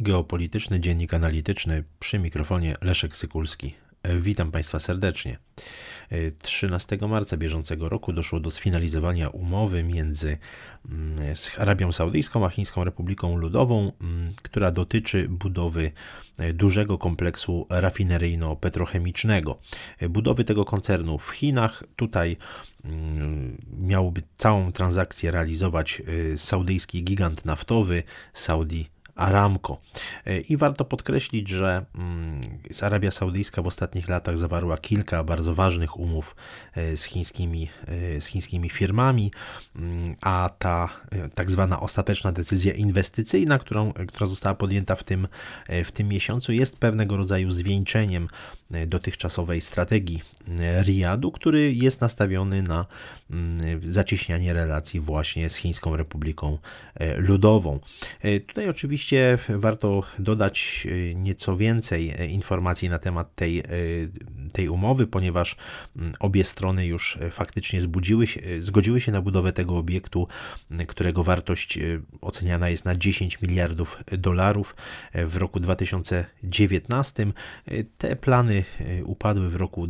Geopolityczny Dziennik Analityczny, przy mikrofonie Leszek Sykulski. Witam Państwa serdecznie. 13 marca bieżącego roku doszło do sfinalizowania umowy między Arabią Saudyjską a Chińską Republiką Ludową, która dotyczy budowy dużego kompleksu rafineryjno-petrochemicznego. Budowy tego koncernu w Chinach. Tutaj miałby całą transakcję realizować saudyjski gigant naftowy Saudi Aramco. I warto podkreślić, że Arabia Saudyjska w ostatnich latach zawarła kilka bardzo ważnych umów z chińskimi firmami, a ta tak zwana ostateczna decyzja inwestycyjna, która została podjęta w tym miesiącu, jest pewnego rodzaju zwieńczeniem dotychczasowej strategii Riyadu, który jest nastawiony na zacieśnianie relacji właśnie z Chińską Republiką Ludową. Tutaj oczywiście warto dodać nieco więcej informacji na temat tej umowy, ponieważ obie strony już faktycznie zgodziły się na budowę tego obiektu, którego wartość oceniana jest na 10 miliardów dolarów w roku 2019. Te plany upadły w roku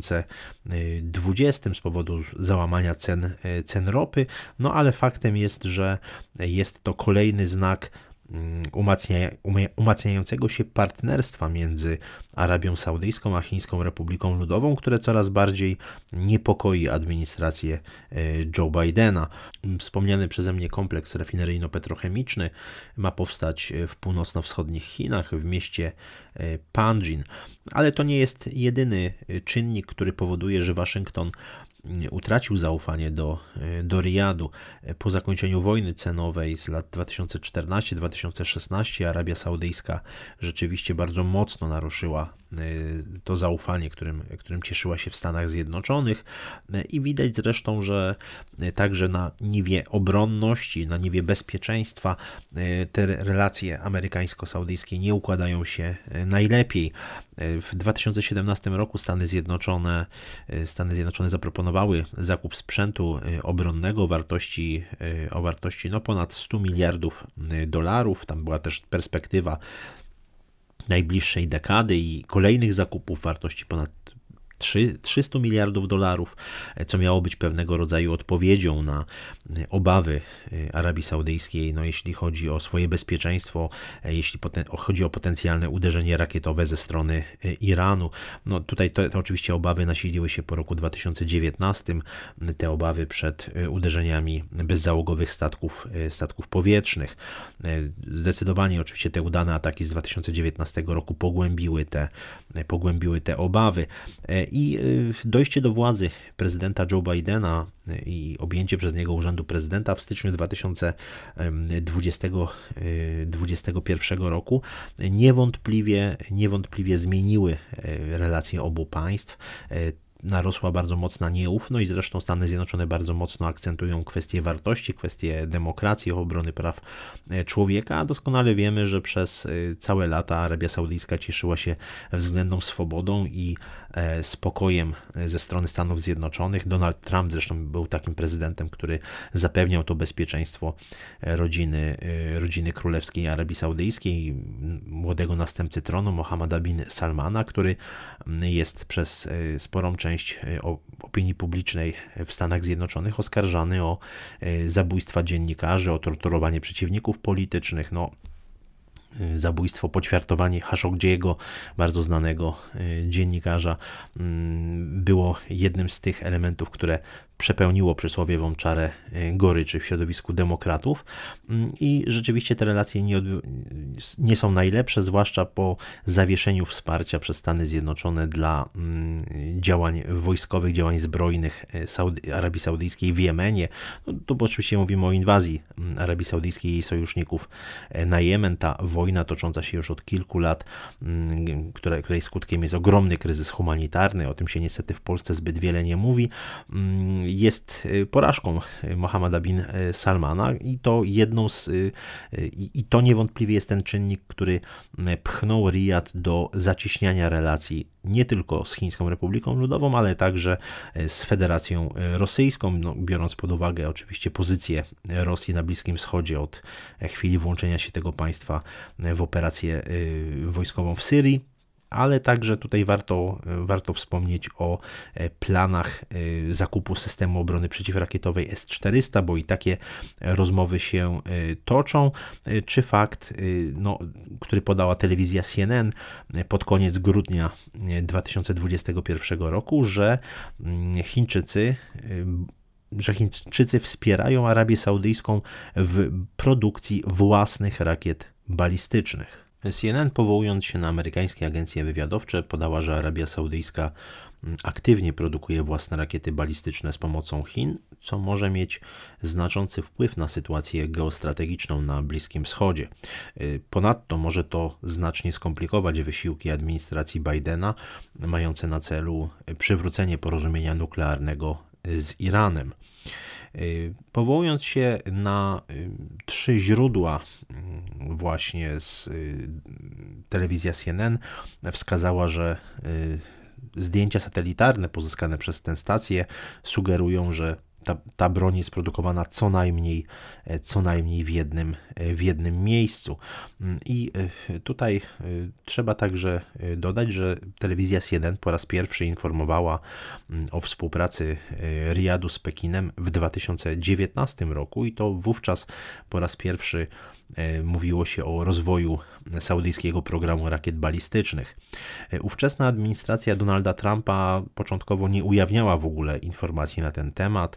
2020 z powodu załamania cen ropy, no ale faktem jest, że jest to kolejny znak umacniającego się partnerstwa między Arabią Saudyjską a Chińską Republiką Ludową, które coraz bardziej niepokoi administrację Joe Bidena. Wspomniany przeze mnie kompleks rafineryjno-petrochemiczny ma powstać w północno-wschodnich Chinach, w mieście Panjin, ale to nie jest jedyny czynnik, który powoduje, że Waszyngton utracił zaufanie do Riyadu. Po zakończeniu wojny cenowej z lat 2014-2016 Arabia Saudyjska rzeczywiście bardzo mocno naruszyła to zaufanie, którym cieszyła się w Stanach Zjednoczonych, i widać zresztą, że także na niwie obronności, na niwie bezpieczeństwa te relacje amerykańsko-saudyjskie nie układają się najlepiej. W 2017 roku Stany Zjednoczone zaproponowały zakup sprzętu obronnego o wartości ponad 100 miliardów dolarów. Tam była też perspektywa najbliższej dekady i kolejnych zakupów wartości ponad 300 miliardów dolarów, co miało być pewnego rodzaju odpowiedzią na obawy Arabii Saudyjskiej, jeśli chodzi o swoje bezpieczeństwo, jeśli chodzi o potencjalne uderzenie rakietowe ze strony Iranu. Tutaj te oczywiście obawy nasiliły się po roku 2019, te obawy przed uderzeniami bezzałogowych statków powietrznych. Zdecydowanie oczywiście te udane ataki z 2019 roku pogłębiły te obawy. I dojście do władzy prezydenta Joe Bidena i objęcie przez niego urzędu prezydenta w styczniu 2021 roku niewątpliwie zmieniły relacje obu państw. Narosła bardzo mocna nieufność, zresztą Stany Zjednoczone bardzo mocno akcentują kwestie wartości, kwestie demokracji, obrony praw człowieka, a doskonale wiemy, że przez całe lata Arabia Saudyjska cieszyła się względną swobodą i spokojem ze strony Stanów Zjednoczonych. Donald Trump zresztą był takim prezydentem, który zapewniał to bezpieczeństwo rodziny królewskiej Arabii Saudyjskiej, młodego następcy tronu Mohammada bin Salmana, który jest przez sporą część opinii publicznej w Stanach Zjednoczonych oskarżany o zabójstwa dziennikarzy, o torturowanie przeciwników politycznych, zabójstwo, poćwiartowanie Khashoggiego, bardzo znanego dziennikarza, było jednym z tych elementów, które przepełniło przysłowiową czarę goryczy w środowisku demokratów, i rzeczywiście te relacje nie są najlepsze, zwłaszcza po zawieszeniu wsparcia przez Stany Zjednoczone dla działań wojskowych, działań zbrojnych Arabii Saudyjskiej w Jemenie. To oczywiście mówimy o inwazji Arabii Saudyjskiej i jej sojuszników na Jemen. Ta wojna tocząca się już od kilku lat, której skutkiem jest ogromny kryzys humanitarny, o tym się niestety w Polsce zbyt wiele nie mówi. jest porażką Mohammada bin Salmana i to niewątpliwie jest ten czynnik, który pchnął Rijad do zacieśniania relacji nie tylko z Chińską Republiką Ludową, ale także z Federacją Rosyjską, biorąc pod uwagę oczywiście pozycję Rosji na Bliskim Wschodzie od chwili włączenia się tego państwa w operację wojskową w Syrii. Ale także tutaj warto wspomnieć o planach zakupu systemu obrony przeciwrakietowej S-400, bo i takie rozmowy się toczą, czy fakt, który podała telewizja CNN pod koniec grudnia 2021 roku, że Chińczycy wspierają Arabię Saudyjską w produkcji własnych rakiet balistycznych. CNN, powołując się na amerykańskie agencje wywiadowcze, podała, że Arabia Saudyjska aktywnie produkuje własne rakiety balistyczne z pomocą Chin, co może mieć znaczący wpływ na sytuację geostrategiczną na Bliskim Wschodzie. Ponadto może to znacznie skomplikować wysiłki administracji Bidena, mające na celu przywrócenie porozumienia nuklearnego z Iranem. Powołując się na 3 źródła, właśnie z telewizja CNN wskazała, że zdjęcia satelitarne pozyskane przez tę stację sugerują, że ta broń jest produkowana co najmniej w jednym miejscu. I tutaj trzeba także dodać, że telewizja CNN po raz pierwszy informowała o współpracy Rijadu z Pekinem w 2019 roku i to wówczas po raz pierwszy mówiło się o rozwoju saudyjskiego programu rakiet balistycznych. Ówczesna administracja Donalda Trumpa początkowo nie ujawniała w ogóle informacji na ten temat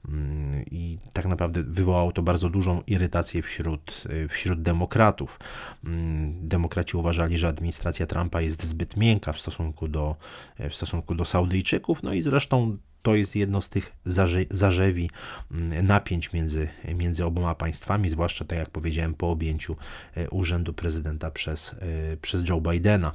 i tak naprawdę wywołało to bardzo dużą irytację wśród demokratów. Demokraci uważali, że administracja Trumpa jest zbyt miękka w stosunku do Saudyjczyków, no i zresztą to jest jedno z tych zarzewi napięć między oboma państwami, zwłaszcza, tak jak powiedziałem, po objęciu urzędu prezydenta przez Joe Bidena.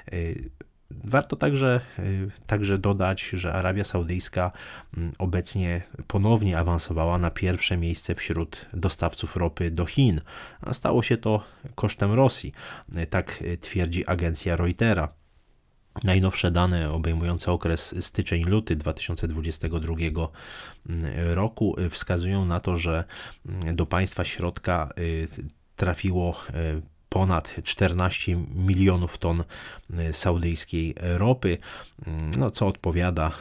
Warto także dodać, że Arabia Saudyjska obecnie ponownie awansowała na pierwsze miejsce wśród dostawców ropy do Chin. A stało się to kosztem Rosji, tak twierdzi agencja Reutera. Najnowsze dane obejmujące okres styczeń-luty 2022 roku wskazują na to, że do państwa środka trafiło ponad 14 milionów ton saudyjskiej ropy, co odpowiada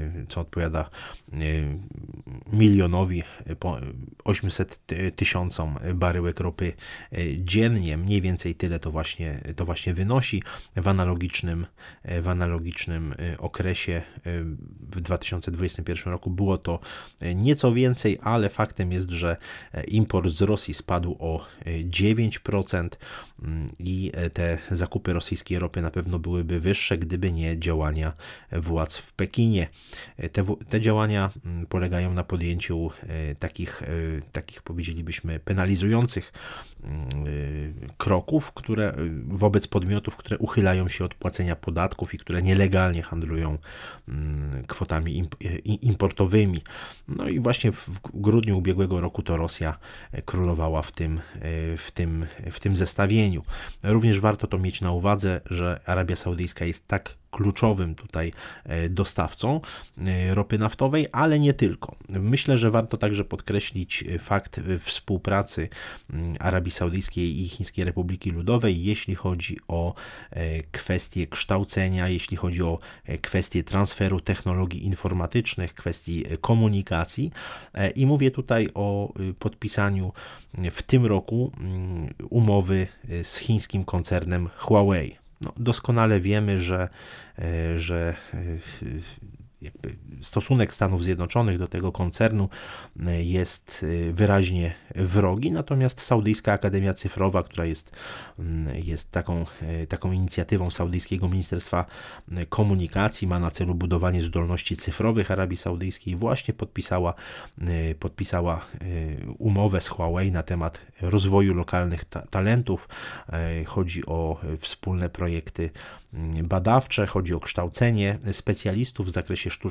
milionowi 800 tysiącom baryłek ropy dziennie. Mniej więcej tyle to właśnie wynosi. W analogicznym okresie w 2021 roku było to nieco więcej, ale faktem jest, że import z Rosji spadł o 9%. I te zakupy rosyjskiej ropy na pewno byłyby wyższe, gdyby nie działania władz w Pekinie. Te działania polegają na podjęciu takich powiedzielibyśmy penalizujących kroków, które wobec podmiotów, które uchylają się od płacenia podatków i które nielegalnie handlują kwotami importowymi. No i właśnie w grudniu ubiegłego roku to Rosja królowała w tym zestawieniu. Również warto to mieć na uwadze, że Arabia Saudyjska jest tak kluczowym tutaj dostawcą ropy naftowej, ale nie tylko. Myślę, że warto także podkreślić fakt współpracy Arabii Saudyjskiej i Chińskiej Republiki Ludowej, jeśli chodzi o kwestie kształcenia, jeśli chodzi o kwestie transferu technologii informatycznych, kwestii komunikacji. I mówię tutaj o podpisaniu w tym roku umowy z chińskim koncernem Huawei. Doskonale wiemy, że jakby stosunek Stanów Zjednoczonych do tego koncernu jest wyraźnie wrogi, natomiast Saudyjska Akademia Cyfrowa, która jest taką inicjatywą Saudyjskiego Ministerstwa Komunikacji, ma na celu budowanie zdolności cyfrowych Arabii Saudyjskiej, właśnie podpisała umowę z Huawei na temat rozwoju lokalnych talentów. Chodzi o wspólne projekty badawcze, chodzi o kształcenie specjalistów w zakresie sztucznej inteligencji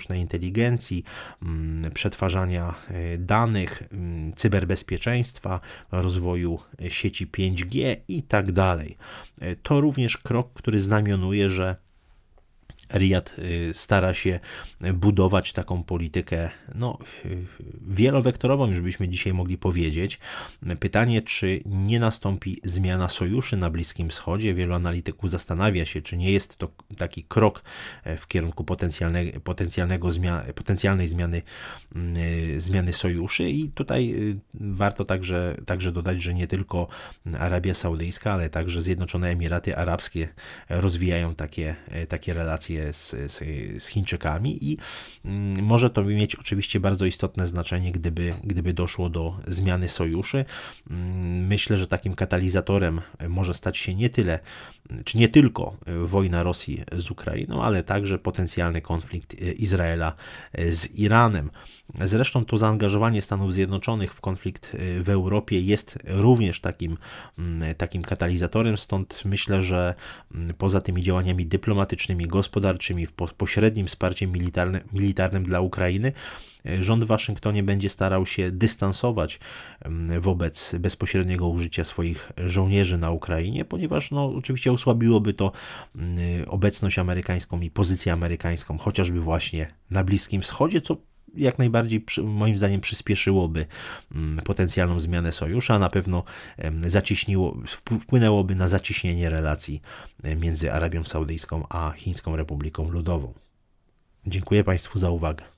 inteligencji, przetwarzania danych, cyberbezpieczeństwa, rozwoju sieci 5G i tak dalej. To również krok, który znamionuje, że Riyad stara się budować taką politykę wielowektorową, już byśmy dzisiaj mogli powiedzieć. Pytanie, czy nie nastąpi zmiana sojuszy na Bliskim Wschodzie. Wielu analityków zastanawia się, czy nie jest to taki krok w kierunku potencjalnej zmiany sojuszy. I tutaj warto także dodać, że nie tylko Arabia Saudyjska, ale także Zjednoczone Emiraty Arabskie rozwijają takie relacje z Chińczykami i może to mieć oczywiście bardzo istotne znaczenie, gdyby doszło do zmiany sojuszy. Myślę, że takim katalizatorem może stać się nie tylko wojna Rosji z Ukrainą, ale także potencjalny konflikt Izraela z Iranem. Zresztą to zaangażowanie Stanów Zjednoczonych w konflikt w Europie jest również takim katalizatorem, stąd myślę, że poza tymi działaniami dyplomatycznymi, gospodarczymi, pośrednim wsparciem militarnym dla Ukrainy, rząd w Waszyngtonie będzie starał się dystansować wobec bezpośredniego użycia swoich żołnierzy na Ukrainie, ponieważ oczywiście osłabiłoby to obecność amerykańską i pozycję amerykańską, chociażby właśnie na Bliskim Wschodzie, co jak najbardziej moim zdaniem przyspieszyłoby potencjalną zmianę sojuszu, a na pewno wpłynęłoby na zacieśnienie relacji między Arabią Saudyjską a Chińską Republiką Ludową. Dziękuję Państwu za uwagę.